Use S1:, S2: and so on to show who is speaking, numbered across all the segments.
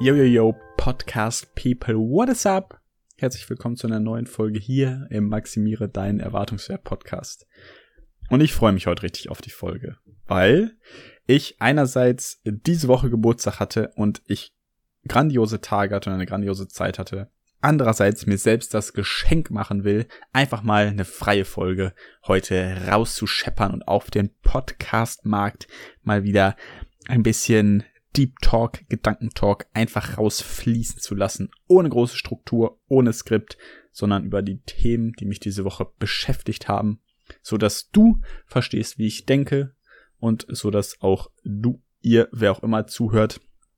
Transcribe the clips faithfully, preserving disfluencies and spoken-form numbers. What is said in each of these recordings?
S1: Yo, yo, yo, Podcast People, what is up? Herzlich willkommen zu einer neuen Folge hier im Maximiere deinen Erwartungswert Podcast. Und ich freue mich heute richtig auf die Folge, weil ich einerseits diese Woche Geburtstag hatte und ich grandiose Tage hatte und eine grandiose Zeit hatte. Andererseits mir selbst das Geschenk machen will, einfach mal eine freie Folge heute rauszuscheppern und auf den Podcast-Markt mal wieder ein bisschen Deep Talk, Gedankentalk einfach rausfließen zu lassen. Ohne große Struktur, ohne Skript, sondern über die Themen, die mich diese Woche beschäftigt haben, so dass du verstehst, wie ich denke und so dass auch du, ihr, wer auch immer zuhört,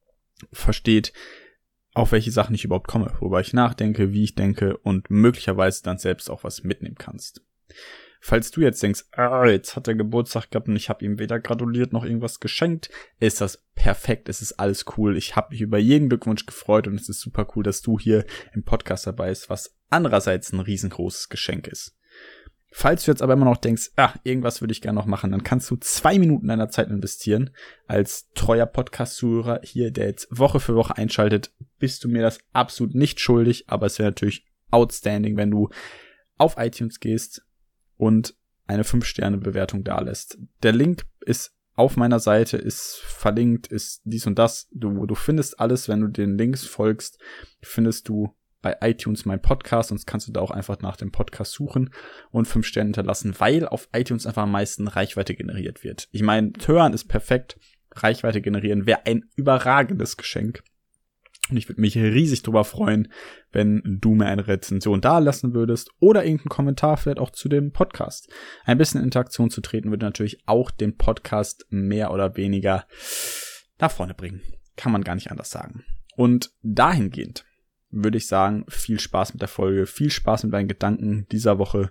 S1: versteht, auf welche Sachen ich überhaupt komme, worüber ich nachdenke, wie ich denke und möglicherweise dann selbst auch was mitnehmen kannst. Falls du jetzt denkst, ah, jetzt hat er Geburtstag gehabt und ich habe ihm weder gratuliert noch irgendwas geschenkt, ist das perfekt, es ist alles cool. Ich habe mich über jeden Glückwunsch gefreut und es ist super cool, dass du hier im Podcast dabei bist, was andererseits ein riesengroßes Geschenk ist. Falls du jetzt aber immer noch denkst, ah, irgendwas würde ich gerne noch machen, dann kannst du zwei Minuten deiner Zeit investieren. Als treuer Podcast-Zuhörer hier, der jetzt Woche für Woche einschaltet, bist du mir das absolut nicht schuldig, aber es wäre natürlich outstanding, wenn du auf iTunes gehst und eine fünf Sterne Bewertung dalässt. Der Link ist auf meiner Seite, ist verlinkt, ist dies und das. Du, du findest alles, wenn du den Links folgst, findest du bei iTunes mein Podcast, sonst kannst du da auch einfach nach dem Podcast suchen und fünf Sterne hinterlassen, weil auf iTunes einfach am meisten Reichweite generiert wird. Ich meine, hören ist perfekt, Reichweite generieren wäre ein überragendes Geschenk. Und ich würde mich riesig drüber freuen, wenn du mir eine Rezension da lassen würdest oder irgendeinen Kommentar vielleicht auch zu dem Podcast. Ein bisschen in Interaktion zu treten würde natürlich auch den Podcast mehr oder weniger nach vorne bringen. Kann man gar nicht anders sagen. Und dahingehend würde ich sagen, viel Spaß mit der Folge, viel Spaß mit deinen Gedanken dieser Woche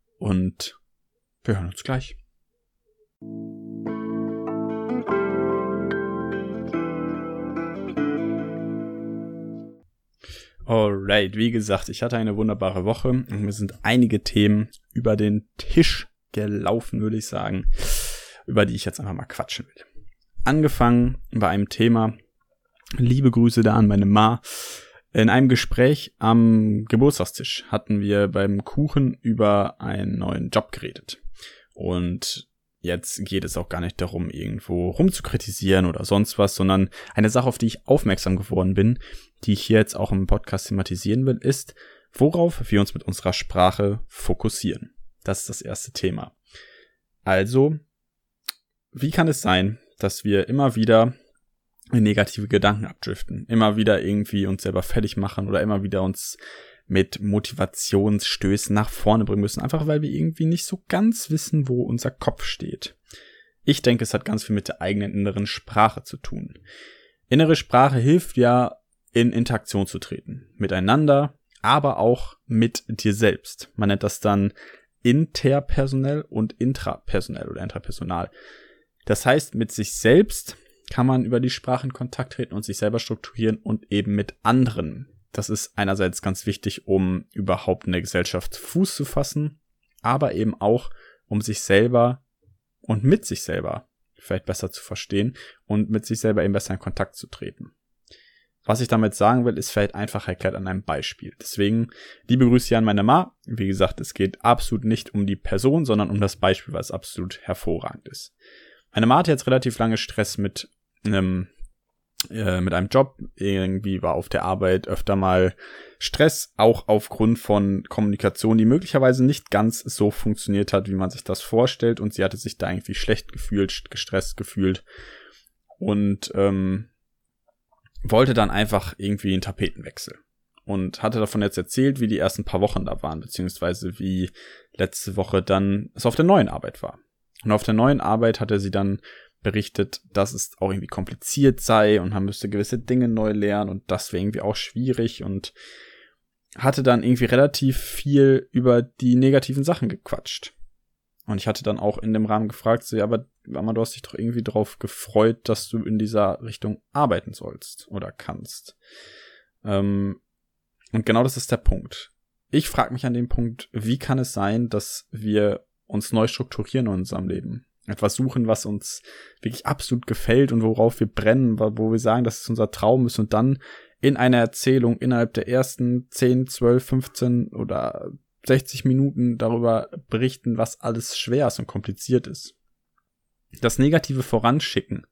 S1: und wir hören uns gleich. Alright, wie gesagt, ich hatte eine wunderbare Woche und mir sind einige Themen über den Tisch gelaufen, würde ich sagen, über die ich jetzt einfach mal quatschen will. Angefangen bei einem Thema, liebe Grüße da an meine Ma. In einem Gespräch am Geburtstagstisch hatten wir beim Kuchen über einen neuen Job geredet. Und jetzt geht es auch gar nicht darum, irgendwo rumzukritisieren oder sonst was, sondern eine Sache, auf die ich aufmerksam geworden bin, die ich hier jetzt auch im Podcast thematisieren will, ist, worauf wir uns mit unserer Sprache fokussieren. Das ist das erste Thema. Also, wie kann es sein, dass wir immer wieder in negative Gedanken abdriften, immer wieder irgendwie uns selber fertig machen oder immer wieder uns mit Motivationsstößen nach vorne bringen müssen, einfach weil wir irgendwie nicht so ganz wissen, wo unser Kopf steht. Ich denke, es hat ganz viel mit der eigenen inneren Sprache zu tun. Innere Sprache hilft ja, in Interaktion zu treten, miteinander, aber auch mit dir selbst. Man nennt das dann interpersonell und intrapersonell oder intrapersonal. Das heißt, mit sich selbst kann man über die Sprache in Kontakt treten und sich selber strukturieren und eben mit anderen. Das ist einerseits ganz wichtig, um überhaupt in der Gesellschaft Fuß zu fassen, aber eben auch, um sich selber und mit sich selber vielleicht besser zu verstehen und mit sich selber eben besser in Kontakt zu treten. Was ich damit sagen will, ist vielleicht einfach erklärt an einem Beispiel. Deswegen, liebe Grüße hier an meine Ma. Wie gesagt, es geht absolut nicht um die Person, sondern um das Beispiel, weil es absolut hervorragend ist. Meine Ma hatte jetzt relativ lange Stress mit einem, äh, mit einem Job. Irgendwie war auf der Arbeit öfter mal Stress, auch aufgrund von Kommunikation, die möglicherweise nicht ganz so funktioniert hat, wie man sich das vorstellt. Und sie hatte sich da irgendwie schlecht gefühlt, gestresst gefühlt und ähm, wollte dann einfach irgendwie einen Tapetenwechsel. Und hatte davon jetzt erzählt, wie die ersten paar Wochen da waren, beziehungsweise wie letzte Woche dann es auf der neuen Arbeit war. Und auf der neuen Arbeit hatte sie dann berichtet, dass es auch irgendwie kompliziert sei und man müsste gewisse Dinge neu lernen und das wäre irgendwie auch schwierig und hatte dann irgendwie relativ viel über die negativen Sachen gequatscht. Und ich hatte dann auch in dem Rahmen gefragt, so, ja, aber Mama, du hast dich doch irgendwie drauf gefreut, dass du in dieser Richtung arbeiten sollst oder kannst. Ähm, und genau das ist der Punkt. Ich frage mich an dem Punkt, wie kann es sein, dass wir uns neu strukturieren in unserem Leben? Etwas suchen, was uns wirklich absolut gefällt und worauf wir brennen, wo wir sagen, dass es unser Traum ist und dann in einer Erzählung innerhalb der ersten zehn, zwölf, fünfzehn oder sechzig Minuten darüber berichten, was alles schwer ist und kompliziert ist. Das negative Voranschicken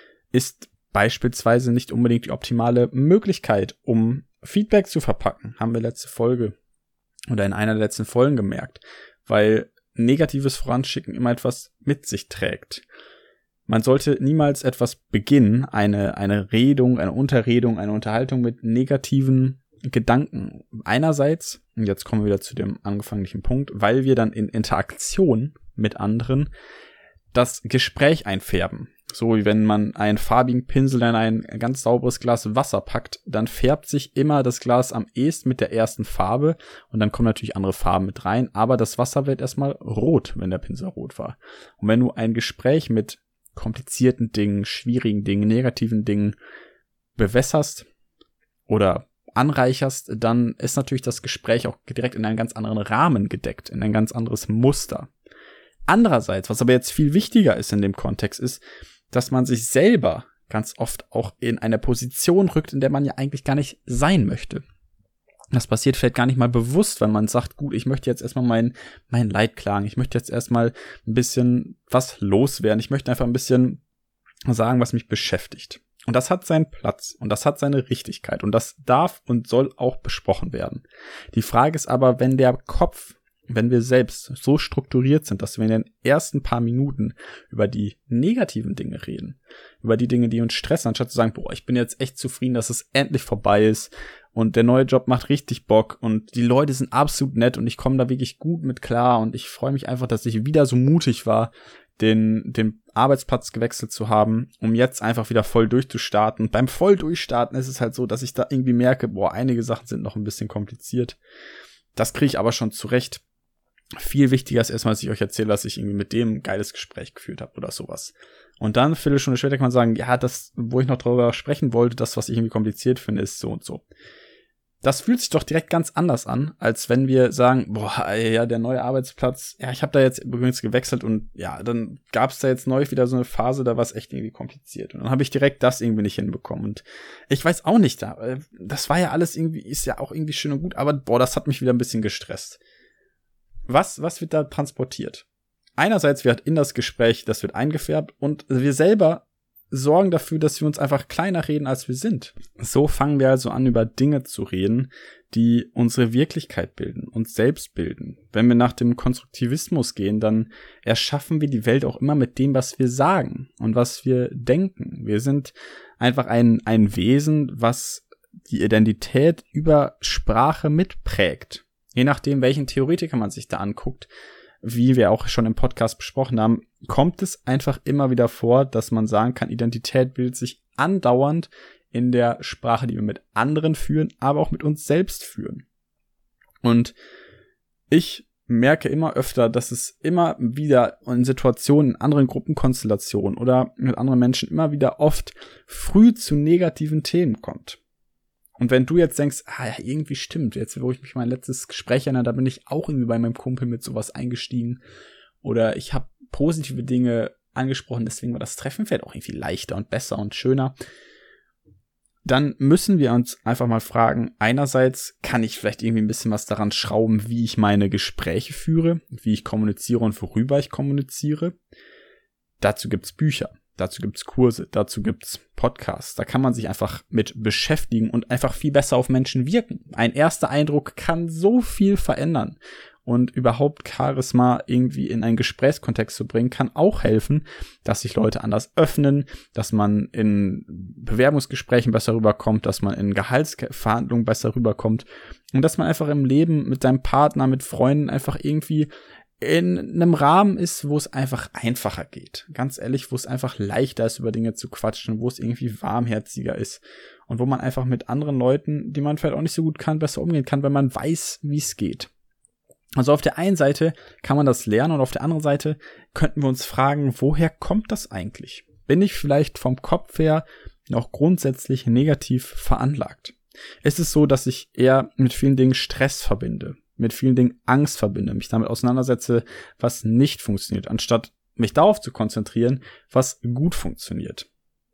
S1: ist beispielsweise nicht unbedingt die optimale Möglichkeit, um Feedback zu verpacken. Haben wir letzte Folge oder in einer der letzten Folgen gemerkt, weil negatives Voranschicken immer etwas mit sich trägt. Man sollte niemals etwas beginnen, eine, eine Redung, eine Unterredung, eine Unterhaltung mit negativen Gedanken. Einerseits, und jetzt kommen wir wieder zu dem angefangenen Punkt, weil wir dann in Interaktion mit anderen das Gespräch einfärben. So wie wenn man einen farbigen Pinsel in ein ganz sauberes Glas Wasser packt, dann färbt sich immer das Glas am ehesten mit der ersten Farbe und dann kommen natürlich andere Farben mit rein, aber das Wasser wird erstmal rot, wenn der Pinsel rot war. Und wenn du ein Gespräch mit komplizierten Dingen, schwierigen Dingen, negativen Dingen bewässerst oder anreicherst, dann ist natürlich das Gespräch auch direkt in einen ganz anderen Rahmen gedeckt, in ein ganz anderes Muster. Andererseits, was aber jetzt viel wichtiger ist in dem Kontext, ist, dass man sich selber ganz oft auch in eine Position rückt, in der man ja eigentlich gar nicht sein möchte. Das passiert vielleicht gar nicht mal bewusst, wenn man sagt, gut, ich möchte jetzt erstmal mein, mein Leid klagen, ich möchte jetzt erstmal ein bisschen was loswerden, ich möchte einfach ein bisschen sagen, was mich beschäftigt. Und das hat seinen Platz und das hat seine Richtigkeit und das darf und soll auch besprochen werden. Die Frage ist aber, wenn der Kopf, wenn wir selbst so strukturiert sind, dass wir in den ersten paar Minuten über die negativen Dinge reden, über die Dinge, die uns stressen, anstatt zu sagen, boah, ich bin jetzt echt zufrieden, dass es endlich vorbei ist und der neue Job macht richtig Bock und die Leute sind absolut nett und ich komme da wirklich gut mit klar und ich freue mich einfach, dass ich wieder so mutig war, den, den Arbeitsplatz gewechselt zu haben, um jetzt einfach wieder voll durchzustarten. Beim Volldurchstarten ist es halt so, dass ich da irgendwie merke, boah, einige Sachen sind noch ein bisschen kompliziert. Das kriege ich aber schon zurecht. Viel wichtiger ist erstmal, dass ich euch erzähle, dass ich irgendwie mit dem ein geiles Gespräch geführt habe oder sowas. Und dann, eine Viertelstunde später kann man sagen, ja, das, wo ich noch drüber sprechen wollte, das, was ich irgendwie kompliziert finde, ist so und so. Das fühlt sich doch direkt ganz anders an, als wenn wir sagen, boah, ja, der neue Arbeitsplatz, ja, ich habe da jetzt übrigens gewechselt und ja, dann gab es da jetzt neu wieder so eine Phase, da war es echt irgendwie kompliziert. Und dann habe ich direkt das irgendwie nicht hinbekommen. Und ich weiß auch nicht, da, das war ja alles irgendwie, ist ja auch irgendwie schön und gut, aber boah, das hat mich wieder ein bisschen gestresst. Was, was wird da transportiert? Einerseits wird in das Gespräch, das wird eingefärbt und wir selber sorgen dafür, dass wir uns einfach kleiner reden, als wir sind. So fangen wir also an, über Dinge zu reden, die unsere Wirklichkeit bilden, uns selbst bilden. Wenn wir nach dem Konstruktivismus gehen, dann erschaffen wir die Welt auch immer mit dem, was wir sagen und was wir denken. Wir sind einfach ein, ein Wesen, was die Identität über Sprache mitprägt. Je nachdem, welchen Theoretiker man sich da anguckt, wie wir auch schon im Podcast besprochen haben, kommt es einfach immer wieder vor, dass man sagen kann, Identität bildet sich andauernd in der Sprache, die wir mit anderen führen, aber auch mit uns selbst führen. Und ich merke immer öfter, dass es immer wieder in Situationen, in anderen Gruppenkonstellationen oder mit anderen Menschen immer wieder oft früh zu negativen Themen kommt. Und wenn du jetzt denkst, ah ja, irgendwie stimmt, jetzt wo ich mich mein letztes Gespräch erinnere, da bin ich auch irgendwie bei meinem Kumpel mit sowas eingestiegen oder ich habe positive Dinge angesprochen, deswegen war das Treffen vielleicht auch irgendwie leichter und besser und schöner, dann müssen wir uns einfach mal fragen, einerseits kann ich vielleicht irgendwie ein bisschen was daran schrauben, wie ich meine Gespräche führe, wie ich kommuniziere und worüber ich kommuniziere. Dazu gibt's Bücher. Dazu gibt's Kurse, dazu gibt's Podcasts. Da kann man sich einfach mit beschäftigen und einfach viel besser auf Menschen wirken. Ein erster Eindruck kann so viel verändern. Und überhaupt Charisma irgendwie in einen Gesprächskontext zu bringen, kann auch helfen, dass sich Leute anders öffnen, dass man in Bewerbungsgesprächen besser rüberkommt, dass man in Gehaltsverhandlungen besser rüberkommt und dass man einfach im Leben mit seinem Partner, mit Freunden einfach irgendwie in einem Rahmen ist, wo es einfach einfacher geht. Ganz ehrlich, wo es einfach leichter ist, über Dinge zu quatschen, wo es irgendwie warmherziger ist und wo man einfach mit anderen Leuten, die man vielleicht auch nicht so gut kann, besser umgehen kann, wenn man weiß, wie es geht. Also auf der einen Seite kann man das lernen und auf der anderen Seite könnten wir uns fragen, woher kommt das eigentlich? Bin ich vielleicht vom Kopf her noch grundsätzlich negativ veranlagt? Es ist so, dass ich eher mit vielen Dingen Stress verbinde, mit vielen Dingen Angst verbinde, mich damit auseinandersetze, was nicht funktioniert, anstatt mich darauf zu konzentrieren, was gut funktioniert.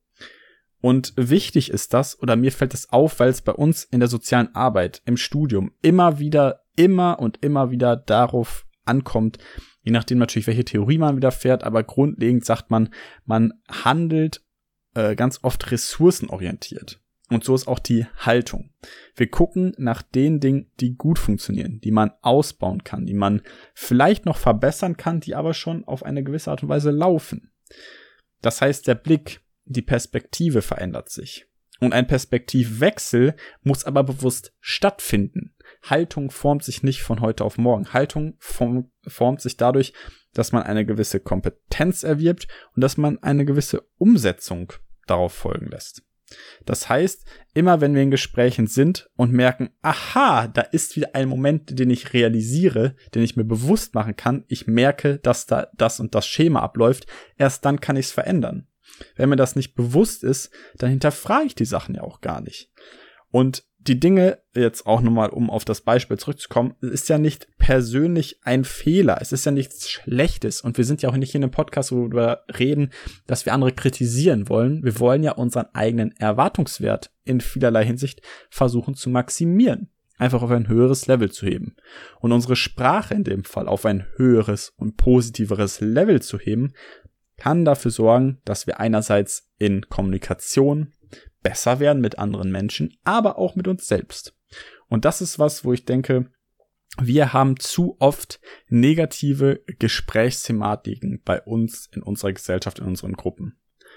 S1: Und wichtig ist das, oder mir fällt es auf, weil es bei uns in der sozialen Arbeit, im Studium immer wieder, immer und immer wieder darauf ankommt, je nachdem natürlich, welche Theorie man wieder fährt, aber grundlegend sagt man, man handelt äh, ganz oft ressourcenorientiert. Und so ist auch die Haltung. Wir gucken nach den Dingen, die gut funktionieren, die man ausbauen kann, die man vielleicht noch verbessern kann, die aber schon auf eine gewisse Art und Weise laufen. Das heißt, der Blick, die Perspektive verändert sich. Und ein Perspektivwechsel muss aber bewusst stattfinden. Haltung formt sich nicht von heute auf morgen. Haltung form, formt sich dadurch, dass man eine gewisse Kompetenz erwirbt und dass man eine gewisse Umsetzung darauf folgen lässt. Das heißt, immer wenn wir in Gesprächen sind und merken, aha, da ist wieder ein Moment, den ich realisiere, den ich mir bewusst machen kann, ich merke, dass da das und das Schema abläuft, erst dann kann ich es verändern. Wenn mir das nicht bewusst ist, dann hinterfrage ich die Sachen ja auch gar nicht. Und die Dinge, jetzt auch nochmal, um auf das Beispiel zurückzukommen, ist ja nicht persönlich ein Fehler. Es ist ja nichts Schlechtes. Und wir sind ja auch nicht in einem Podcast, wo wir darüber reden, dass wir andere kritisieren wollen. Wir wollen ja unseren eigenen Erwartungswert in vielerlei Hinsicht versuchen zu maximieren. Einfach auf ein höheres Level zu heben. Und unsere Sprache in dem Fall auf ein höheres und positiveres Level zu heben, kann dafür sorgen, dass wir einerseits in Kommunikation besser werden mit anderen Menschen, aber auch mit uns selbst. Und das ist was, wo ich denke, wir haben zu oft negative Gesprächsthematiken bei uns, in unserer Gesellschaft, in unseren Gruppen.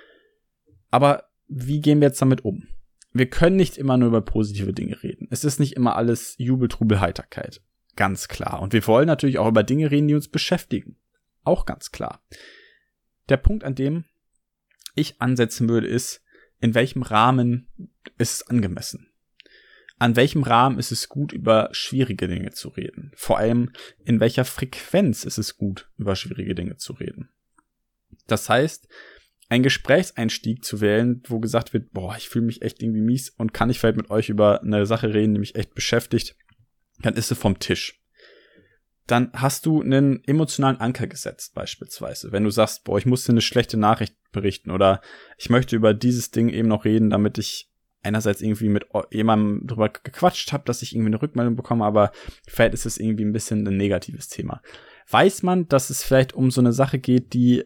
S1: Aber wie gehen wir jetzt damit um? Wir können nicht immer nur über positive Dinge reden. Es ist nicht immer alles Jubel, Trubel, Heiterkeit. Ganz klar. Und wir wollen natürlich auch über Dinge reden, die uns beschäftigen. Auch ganz klar. Der Punkt, an dem ich ansetzen würde, ist, in welchem Rahmen ist es angemessen? An welchem Rahmen ist es gut, über schwierige Dinge zu reden? Vor allem, in welcher Frequenz ist es gut, über schwierige Dinge zu reden? Das heißt, einen Gesprächseinstieg zu wählen, wo gesagt wird, boah, ich fühle mich echt irgendwie mies und kann ich vielleicht mit euch über eine Sache reden, die mich echt beschäftigt, dann ist sie vom Tisch. Dann hast du einen emotionalen Anker gesetzt, beispielsweise. Wenn du sagst, boah, ich muss dir eine schlechte Nachricht berichten oder ich möchte über dieses Ding eben noch reden, damit ich einerseits irgendwie mit jemandem drüber gequatscht habe, dass ich irgendwie eine Rückmeldung bekomme, aber vielleicht ist es irgendwie ein bisschen ein negatives Thema. Weiß man, dass es vielleicht um so eine Sache geht, die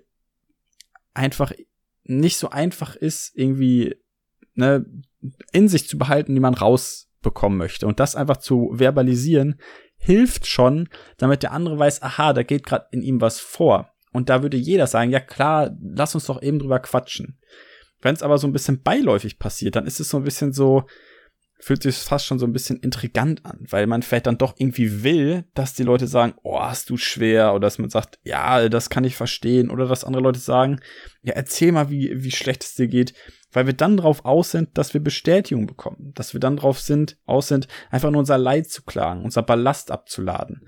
S1: einfach nicht so einfach ist, irgendwie ne, in sich zu behalten, die man rausbekommen möchte. Und das einfach zu verbalisieren, hilft schon, damit der andere weiß, aha, da geht gerade in ihm was vor. Und da würde jeder sagen, ja klar, lass uns doch eben drüber quatschen. Wenn es aber so ein bisschen beiläufig passiert, dann ist es so ein bisschen so, fühlt sich fast schon so ein bisschen intrigant an, weil man vielleicht dann doch irgendwie will, dass die Leute sagen, oh, hast du schwer, oder dass man sagt, ja, das kann ich verstehen, oder dass andere Leute sagen, ja, erzähl mal, wie, wie schlecht es dir geht, weil wir dann drauf aus sind, dass wir Bestätigung bekommen, dass wir dann drauf sind, aus sind, einfach nur unser Leid zu klagen, unser Ballast abzuladen.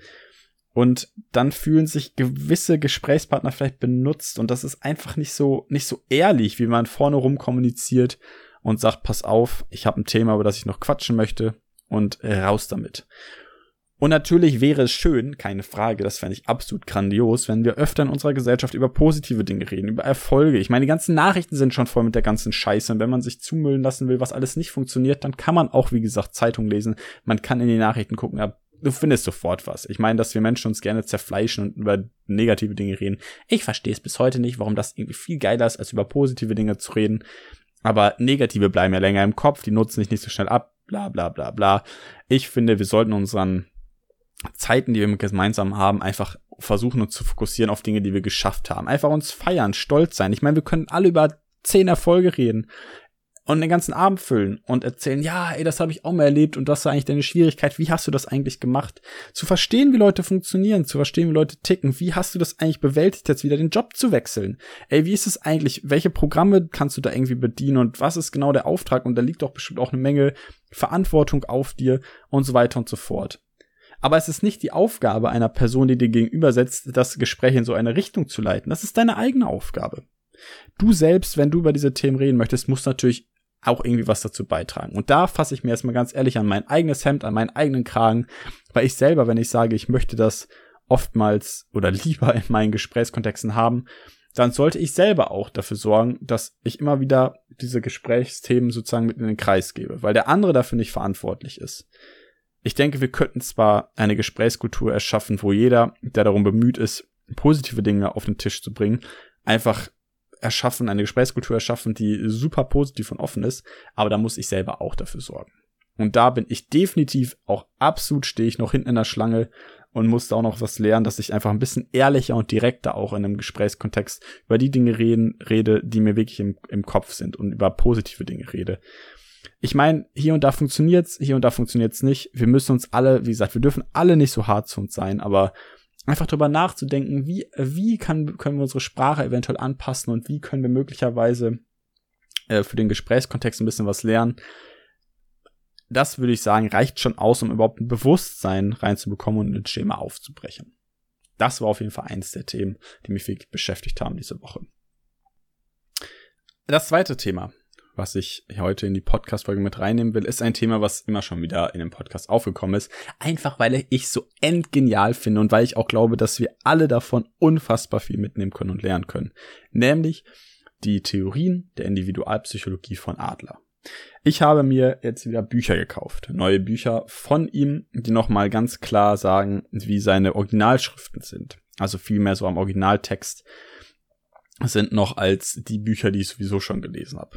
S1: Und dann fühlen sich gewisse Gesprächspartner vielleicht benutzt und das ist einfach nicht so, nicht so ehrlich, wie man vorne rum kommuniziert und sagt, pass auf, ich habe ein Thema, über das ich noch quatschen möchte und raus damit. Und natürlich wäre es schön, keine Frage, das fände ich absolut grandios, wenn wir öfter in unserer Gesellschaft über positive Dinge reden, über Erfolge. Ich meine, die ganzen Nachrichten sind schon voll mit der ganzen Scheiße und wenn man sich zumüllen lassen will, was alles nicht funktioniert, dann kann man auch, wie gesagt, Zeitung lesen. Man kann in die Nachrichten gucken, aber du findest sofort was. Ich meine, dass wir Menschen uns gerne zerfleischen und über negative Dinge reden. Ich verstehe es bis heute nicht, warum das irgendwie viel geiler ist, als über positive Dinge zu reden. Aber negative bleiben ja länger im Kopf, die nutzen sich nicht so schnell ab, bla bla bla bla. Ich finde, wir sollten unseren Zeiten, die wir gemeinsam haben, einfach versuchen, uns zu fokussieren auf Dinge, die wir geschafft haben. Einfach uns feiern, stolz sein. Ich meine, wir können alle über zehn Erfolge reden und den ganzen Abend füllen und erzählen, ja, ey, das habe ich auch mal erlebt und das war eigentlich deine Schwierigkeit, wie hast du das eigentlich gemacht? Zu verstehen, wie Leute funktionieren, zu verstehen, wie Leute ticken, wie hast du das eigentlich bewältigt, jetzt wieder den Job zu wechseln? Ey, wie ist es eigentlich, welche Programme kannst du da irgendwie bedienen und was ist genau der Auftrag? Und da liegt doch bestimmt auch eine Menge Verantwortung auf dir und so weiter und so fort. Aber es ist nicht die Aufgabe einer Person, die dir gegenüber sitzt, das Gespräch in so eine Richtung zu leiten. Das ist deine eigene Aufgabe. Du selbst, wenn du über diese Themen reden möchtest, musst natürlich auch irgendwie was dazu beitragen. Und da fasse ich mir jetzt mal ganz ehrlich an mein eigenes Hemd, an meinen eigenen Kragen, weil ich selber, wenn ich sage, ich möchte das oftmals oder lieber in meinen Gesprächskontexten haben, dann sollte ich selber auch dafür sorgen, dass ich immer wieder diese Gesprächsthemen sozusagen mit in den Kreis gebe, weil der andere dafür nicht verantwortlich ist. Ich denke, wir könnten zwar eine Gesprächskultur erschaffen, wo jeder, der darum bemüht ist, positive Dinge auf den Tisch zu bringen, einfach erschaffen, eine Gesprächskultur erschaffen, die super positiv und offen ist, aber da muss ich selber auch dafür sorgen. Und da bin ich definitiv auch absolut, stehe ich noch hinten in der Schlange und muss da auch noch was lernen, dass ich einfach ein bisschen ehrlicher und direkter auch in einem Gesprächskontext über die Dinge reden, rede, die mir wirklich im, im Kopf sind und über positive Dinge rede. Ich meine, hier und da funktioniert's, hier und da funktioniert's nicht. Wir müssen uns alle, wie gesagt, wir dürfen alle nicht so hart zu uns sein, aber einfach drüber nachzudenken, wie, wie kann, können wir unsere Sprache eventuell anpassen und wie können wir möglicherweise äh, für den Gesprächskontext ein bisschen was lernen. Das, würde ich sagen, reicht schon aus, um überhaupt ein Bewusstsein reinzubekommen und ein Schema aufzubrechen. Das war auf jeden Fall eins der Themen, die mich wirklich beschäftigt haben diese Woche. Das zweite Thema, was ich heute in die Podcast-Folge mit reinnehmen will, ist ein Thema, was immer schon wieder in dem Podcast aufgekommen ist. Einfach, weil ich es so endgenial finde und weil ich auch glaube, dass wir alle davon unfassbar viel mitnehmen können und lernen können. Nämlich die Theorien der Individualpsychologie von Adler. Ich habe mir jetzt wieder Bücher gekauft, neue Bücher von ihm, die nochmal ganz klar sagen, wie seine Originalschriften sind. Also viel mehr so am Originaltext sind noch als die Bücher, die ich sowieso schon gelesen habe.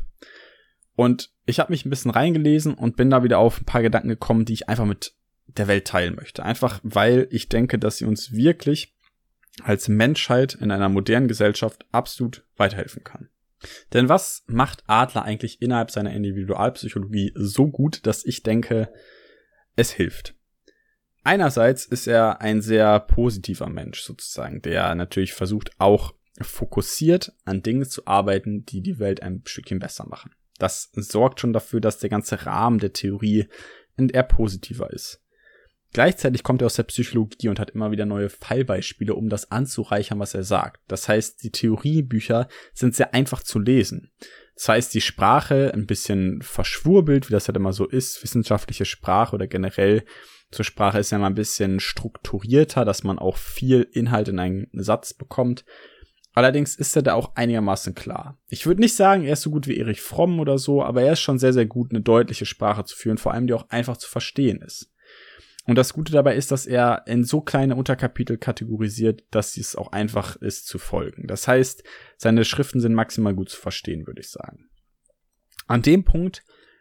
S1: Und ich habe mich ein bisschen reingelesen und bin da wieder auf ein paar Gedanken gekommen, die ich einfach mit der Welt teilen möchte. Einfach weil ich denke, dass sie uns wirklich als Menschheit in einer modernen Gesellschaft absolut weiterhelfen kann. Denn was macht Adler eigentlich innerhalb seiner Individualpsychologie so gut, dass ich denke, es hilft? Einerseits ist er ein sehr positiver Mensch sozusagen, der natürlich versucht, auch fokussiert an Dingen zu arbeiten, die die Welt ein Stückchen besser machen. Das sorgt schon dafür, dass der ganze Rahmen der Theorie eher positiver ist. Gleichzeitig kommt er aus der Psychologie und hat immer wieder neue Fallbeispiele, um das anzureichern, was er sagt. Das heißt, die Theoriebücher sind sehr einfach zu lesen. Zwar ist die Sprache ein bisschen verschwurbelt, wie das halt immer so ist, wissenschaftliche Sprache oder generell zur Sprache ist ja mal ein bisschen strukturierter, dass man auch viel Inhalt in einen Satz bekommt. Allerdings ist er da auch einigermaßen klar. Ich würde nicht sagen, er ist so gut wie Erich Fromm oder so, aber er ist schon sehr, sehr gut, eine deutliche Sprache zu führen, vor allem die auch einfach zu verstehen ist. Und das Gute dabei ist, dass er in so kleine Unterkapitel kategorisiert, dass es auch einfach ist zu folgen. Das heißt, seine Schriften sind maximal gut zu verstehen, würde ich sagen. An dem Punkt,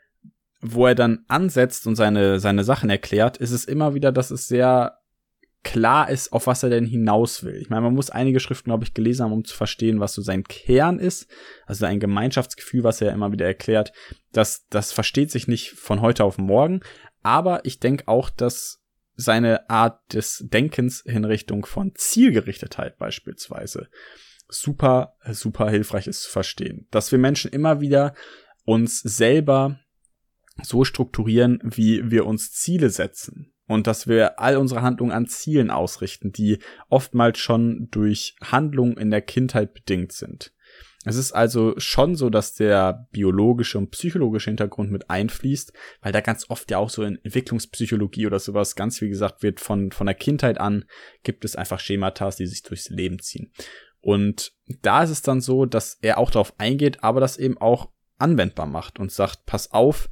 S1: wo er dann ansetzt und seine, seine Sachen erklärt, ist es immer wieder, dass es sehr klar ist, auf was er denn hinaus will. Ich meine, man muss einige Schriften, glaube ich, gelesen haben, um zu verstehen, was so sein Kern ist. Also ein Gemeinschaftsgefühl, was er immer wieder erklärt. Das, das versteht sich nicht von heute auf morgen. Aber ich denke auch, dass seine Art des Denkens in Richtung von Zielgerichtetheit beispielsweise super, super hilfreich ist zu verstehen. Dass wir Menschen immer wieder uns selber so strukturieren, wie wir uns Ziele setzen. Und dass wir all unsere Handlungen an Zielen ausrichten, die oftmals schon durch Handlungen in der Kindheit bedingt sind. Es ist also schon so, dass der biologische und psychologische Hintergrund mit einfließt, weil da ganz oft ja auch so in Entwicklungspsychologie oder sowas ganz wie gesagt wird, von von der Kindheit an gibt es einfach Schemata, die sich durchs Leben ziehen. Und da ist es dann so, dass er auch darauf eingeht, aber das eben auch anwendbar macht und sagt, pass auf,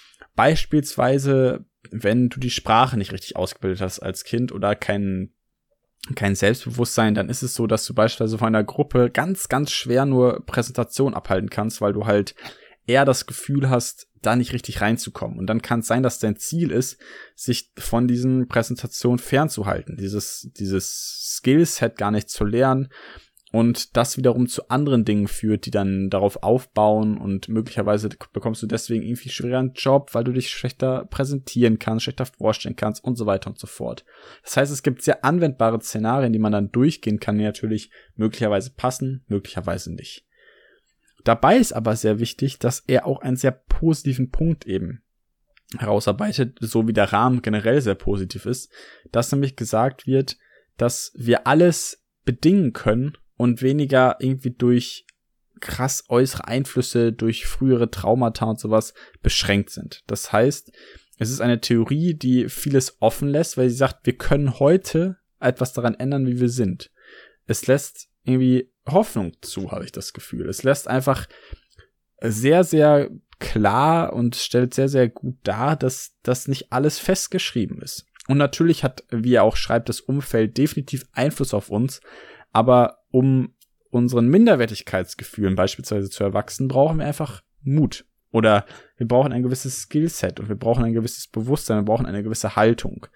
S1: beispielsweise, wenn du die Sprache nicht richtig ausgebildet hast als Kind oder kein kein Selbstbewusstsein, dann ist es so, dass du beispielsweise von einer Gruppe ganz, ganz schwer nur Präsentation abhalten kannst, weil du halt eher das Gefühl hast, da nicht richtig reinzukommen. Und dann kann es sein, dass dein Ziel ist, sich von diesen Präsentationen fernzuhalten, dieses, dieses Skillset gar nicht zu lernen und das wiederum zu anderen Dingen führt, die dann darauf aufbauen und möglicherweise bekommst du deswegen irgendwie schwereren Job, weil du dich schlechter präsentieren kannst, schlechter vorstellen kannst und so weiter und so fort. Das heißt, es gibt sehr anwendbare Szenarien, die man dann durchgehen kann, die natürlich möglicherweise passen, möglicherweise nicht. Dabei ist aber sehr wichtig, dass er auch einen sehr positiven Punkt eben herausarbeitet, so wie der Rahmen generell sehr positiv ist, dass nämlich gesagt wird, dass wir alles bedingen können und weniger irgendwie durch krass äußere Einflüsse, durch frühere Traumata und sowas beschränkt sind. Das heißt, es ist eine Theorie, die vieles offen lässt, weil sie sagt, wir können heute etwas daran ändern, wie wir sind. Es lässt irgendwie Hoffnung zu, habe ich das Gefühl. Es lässt einfach sehr, sehr klar und stellt sehr, sehr gut dar, dass das nicht alles festgeschrieben ist. Und natürlich hat, wie er auch schreibt, das Umfeld definitiv Einfluss auf uns, aber um unseren Minderwertigkeitsgefühlen beispielsweise zu erwachsen, brauchen wir einfach Mut. Oder wir brauchen ein gewisses Skillset und wir brauchen ein gewisses Bewusstsein, wir brauchen eine gewisse Haltung.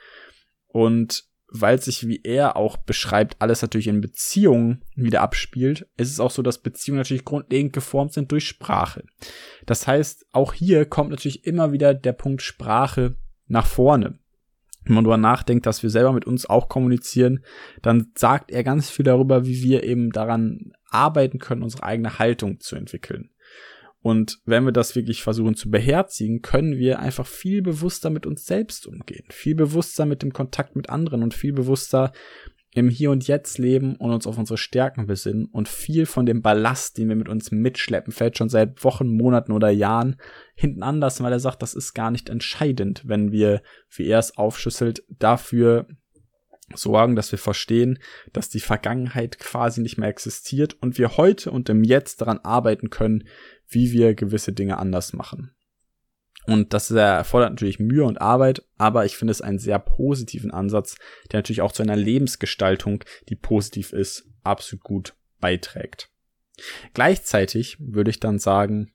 S1: Und weil sich, wie er auch beschreibt, alles natürlich in Beziehungen wieder abspielt, ist es auch so, dass Beziehungen natürlich grundlegend geformt sind durch Sprache. Das heißt, auch hier kommt natürlich immer wieder der Punkt Sprache nach vorne. Wenn man darüber nachdenkt, dass wir selber mit uns auch kommunizieren, dann sagt er ganz viel darüber, wie wir eben daran arbeiten können, unsere eigene Haltung zu entwickeln. Und wenn wir das wirklich versuchen zu beherzigen, können wir einfach viel bewusster mit uns selbst umgehen, viel bewusster mit dem Kontakt mit anderen und viel bewusster im Hier und Jetzt leben und uns auf unsere Stärken besinnen und viel von dem Ballast, den wir mit uns mitschleppen, fällt schon seit Wochen, Monaten oder Jahren hinten an lassen, weil er sagt, das ist gar nicht entscheidend, wenn wir, wie er es aufschlüsselt, dafür sorgen, dass wir verstehen, dass die Vergangenheit quasi nicht mehr existiert und wir heute und im Jetzt daran arbeiten können, wie wir gewisse Dinge anders machen. Und das erfordert natürlich Mühe und Arbeit, aber ich finde es einen sehr positiven Ansatz, der natürlich auch zu einer Lebensgestaltung, die positiv ist, absolut gut beiträgt. Gleichzeitig würde ich dann sagen,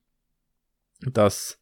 S1: dass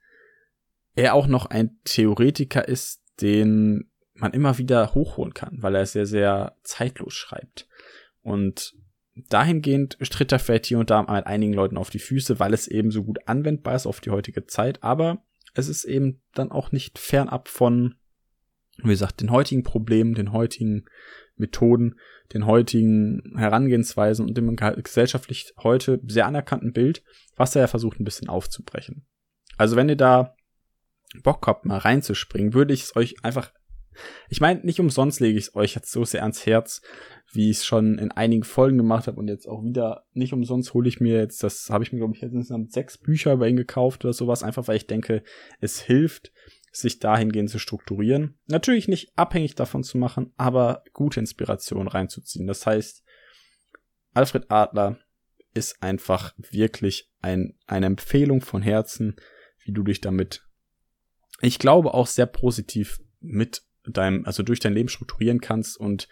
S1: er auch noch ein Theoretiker ist, den man immer wieder hochholen kann, weil er sehr, sehr zeitlos schreibt. Und dahingehend tritt er vielleicht hier und da mit einigen Leuten auf die Füße, weil es eben so gut anwendbar ist auf die heutige Zeit, aber es ist eben dann auch nicht fernab von, wie gesagt, den heutigen Problemen, den heutigen Methoden, den heutigen Herangehensweisen und dem gesellschaftlich heute sehr anerkannten Bild, was er ja versucht ein bisschen aufzubrechen. Also wenn ihr da Bock habt, mal reinzuspringen, würde ich es euch einfach, ich meine, nicht umsonst lege ich es euch jetzt so sehr ans Herz, wie ich es schon in einigen Folgen gemacht habe und jetzt auch wieder, nicht umsonst hole ich mir jetzt, das habe ich mir, glaube ich, jetzt insgesamt sechs Bücher bei ihm gekauft oder sowas, einfach weil ich denke, es hilft, sich dahingehend zu strukturieren. Natürlich nicht abhängig davon zu machen, aber gute Inspiration reinzuziehen. Das heißt, Alfred Adler ist einfach wirklich ein, eine Empfehlung von Herzen, wie du dich damit, ich glaube, auch sehr positiv mit deinem, also durch dein Leben strukturieren kannst. Und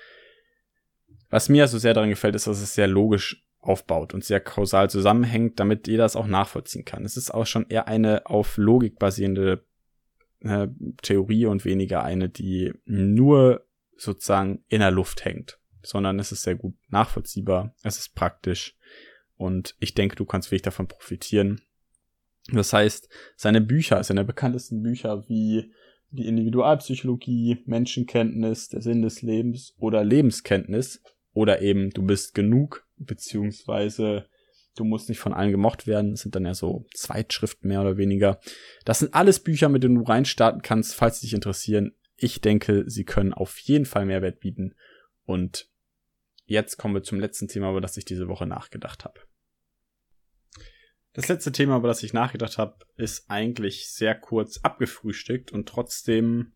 S1: was mir also sehr daran gefällt, ist, dass es sehr logisch aufbaut und sehr kausal zusammenhängt, damit jeder es auch nachvollziehen kann. Es ist auch schon eher eine auf Logik basierende äh, Theorie und weniger eine, die nur sozusagen in der Luft hängt, sondern es ist sehr gut nachvollziehbar, es ist praktisch und ich denke, du kannst wirklich davon profitieren. Das heißt, seine Bücher, seine bekanntesten Bücher wie die Individualpsychologie, Menschenkenntnis, der Sinn des Lebens oder Lebenskenntnis oder eben du bist genug, beziehungsweise du musst nicht von allen gemocht werden. Das sind dann ja so Zweitschriften mehr oder weniger. Das sind alles Bücher, mit denen du reinstarten kannst, falls sie dich interessieren. Ich denke, sie können auf jeden Fall Mehrwert bieten. Und jetzt kommen wir zum letzten Thema, über das ich diese Woche nachgedacht habe. Das letzte Thema, über das ich nachgedacht habe, ist eigentlich sehr kurz abgefrühstückt und trotzdem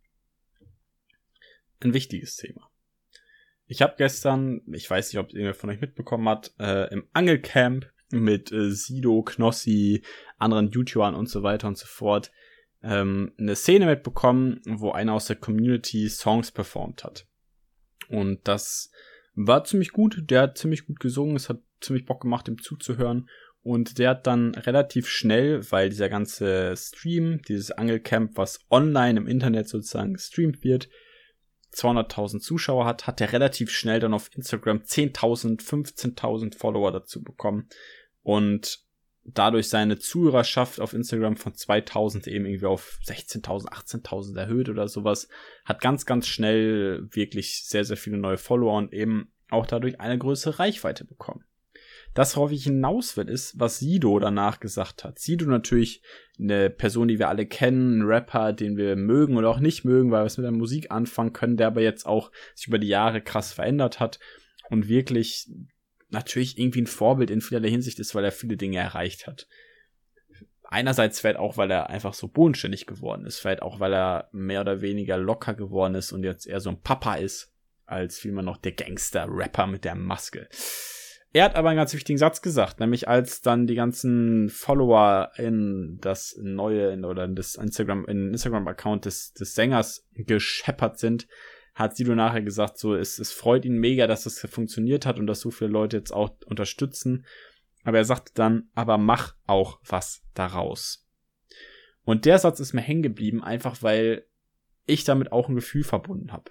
S1: ein wichtiges Thema. Ich habe gestern, ich weiß nicht, ob irgendwer von euch mitbekommen hat, äh, im Angelcamp mit äh, Sido, Knossi, anderen YouTubern und so weiter und so fort ähm, eine Szene mitbekommen, wo einer aus der Community Songs performt hat. Und das war ziemlich gut, der hat ziemlich gut gesungen, es hat ziemlich Bock gemacht, ihm zuzuhören. Und der hat dann relativ schnell, weil dieser ganze Stream, dieses Angelcamp, was online im Internet sozusagen gestreamt wird, zweihunderttausend Zuschauer hat, hat er relativ schnell dann auf Instagram zehntausend, fünfzehntausend Follower dazu bekommen und dadurch seine Zuhörerschaft auf Instagram von zweitausend eben irgendwie auf sechzehntausend, achtzehntausend erhöht oder sowas, hat ganz, ganz schnell wirklich sehr, sehr viele neue Follower und eben auch dadurch eine größere Reichweite bekommen. Das, worauf ich hinaus will, ist, was Sido danach gesagt hat. Sido natürlich eine Person, die wir alle kennen, ein Rapper, den wir mögen oder auch nicht mögen, weil wir es mit der Musik anfangen können, der aber jetzt auch sich über die Jahre krass verändert hat und wirklich natürlich irgendwie ein Vorbild in vielerlei Hinsicht ist, weil er viele Dinge erreicht hat. Einerseits vielleicht auch, weil er einfach so bodenständig geworden ist, vielleicht auch, weil er mehr oder weniger locker geworden ist und jetzt eher so ein Papa ist, als vielmehr noch der Gangster-Rapper mit der Maske. Er hat aber einen ganz wichtigen Satz gesagt, nämlich als dann die ganzen Follower in das neue in, oder in das Instagram in Instagram-Account des, des Sängers gescheppert sind, hat Sido nachher gesagt, so es, es freut ihn mega, dass das funktioniert hat und dass so viele Leute jetzt auch unterstützen. Aber er sagte dann, aber mach auch was daraus. Und der Satz ist mir hängen geblieben, einfach weil ich damit auch ein Gefühl verbunden habe.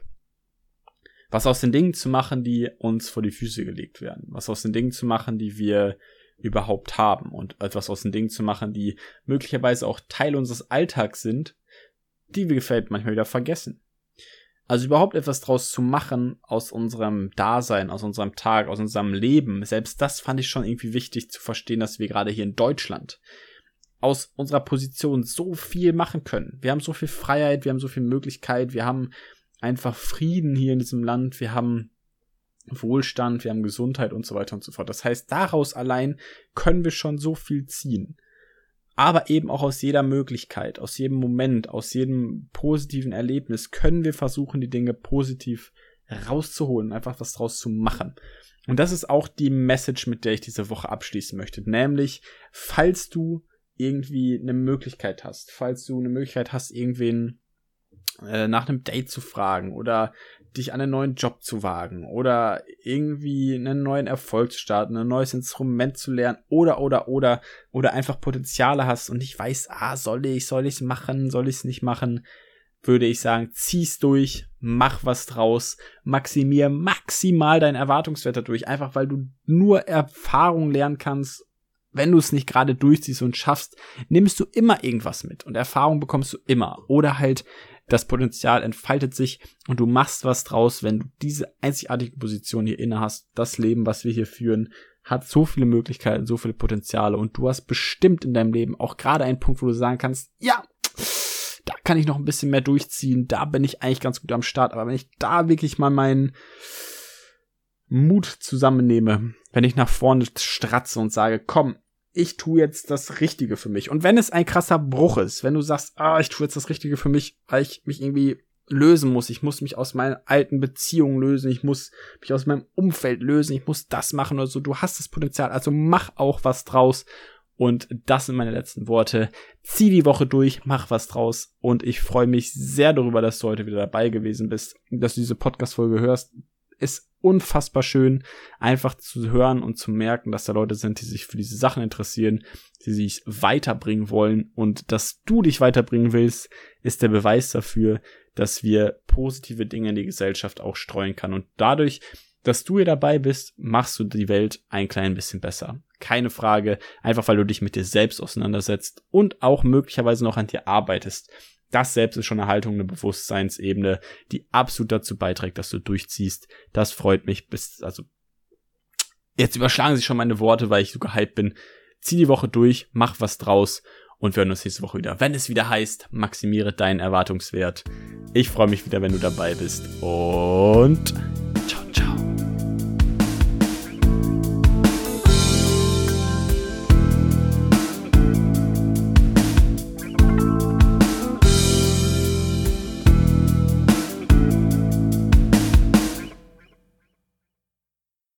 S1: Was aus den Dingen zu machen, die uns vor die Füße gelegt werden. Was aus den Dingen zu machen, die wir überhaupt haben. Und etwas aus den Dingen zu machen, die möglicherweise auch Teil unseres Alltags sind, die wir vielleicht manchmal wieder vergessen. Also überhaupt etwas draus zu machen aus unserem Dasein, aus unserem Tag, aus unserem Leben. Selbst das fand ich schon irgendwie wichtig zu verstehen, dass wir gerade hier in Deutschland aus unserer Position so viel machen können. Wir haben so viel Freiheit, wir haben so viel Möglichkeit, wir haben einfach Frieden hier in diesem Land, wir haben Wohlstand, wir haben Gesundheit und so weiter und so fort. Das heißt, daraus allein können wir schon so viel ziehen. Aber eben auch aus jeder Möglichkeit, aus jedem Moment, aus jedem positiven Erlebnis können wir versuchen, die Dinge positiv rauszuholen, einfach was draus zu machen. Und das ist auch die Message, mit der ich diese Woche abschließen möchte. Nämlich, falls du irgendwie eine Möglichkeit hast, falls du eine Möglichkeit hast, irgendwen nach einem Date zu fragen oder dich an einen neuen Job zu wagen oder irgendwie einen neuen Erfolg zu starten, ein neues Instrument zu lernen oder, oder, oder, oder einfach Potenziale hast und nicht weißt, ah, soll ich, soll ich es machen, soll ich es nicht machen, würde ich sagen, zieh's durch, mach was draus, maximier maximal deinen Erwartungswert dadurch, einfach weil du nur Erfahrung lernen kannst. Wenn du es nicht gerade durchziehst und schaffst, nimmst du immer irgendwas mit und Erfahrung bekommst du immer. Oder halt das Potenzial entfaltet sich und du machst was draus, wenn du diese einzigartige Position hier inne hast. Das Leben, was wir hier führen, hat so viele Möglichkeiten, so viele Potenziale und du hast bestimmt in deinem Leben auch gerade einen Punkt, wo du sagen kannst, ja, da kann ich noch ein bisschen mehr durchziehen, da bin ich eigentlich ganz gut am Start, aber wenn ich da wirklich mal meinen Mut zusammennehme, wenn ich nach vorne stratze und sage, komm, ich tue jetzt das Richtige für mich. Und wenn es ein krasser Bruch ist, wenn du sagst, ah, ich tue jetzt das Richtige für mich, weil ich mich irgendwie lösen muss, ich muss mich aus meinen alten Beziehungen lösen, ich muss mich aus meinem Umfeld lösen, ich muss das machen oder so, du hast das Potenzial, also mach auch was draus. Und das sind meine letzten Worte. Zieh die Woche durch, mach was draus und ich freue mich sehr darüber, dass du heute wieder dabei gewesen bist, dass du diese Podcast-Folge hörst. Ist unfassbar schön, einfach zu hören und zu merken, dass da Leute sind, die sich für diese Sachen interessieren, die sich weiterbringen wollen und dass du dich weiterbringen willst, ist der Beweis dafür, dass wir positive Dinge in die Gesellschaft auch streuen kann und dadurch, dass du hier dabei bist, machst du die Welt ein klein bisschen besser. Keine Frage, einfach weil du dich mit dir selbst auseinandersetzt und auch möglicherweise noch an dir arbeitest. Das selbst ist schon eine Haltung, eine Bewusstseinsebene, die absolut dazu beiträgt, dass du durchziehst. Das freut mich. Bis, also jetzt überschlagen sich schon meine Worte, weil ich so gehypt bin. Zieh die Woche durch, mach was draus und wir hören uns nächste Woche wieder. Wenn es wieder heißt, maximiere deinen Erwartungswert. Ich freue mich wieder, wenn du dabei bist und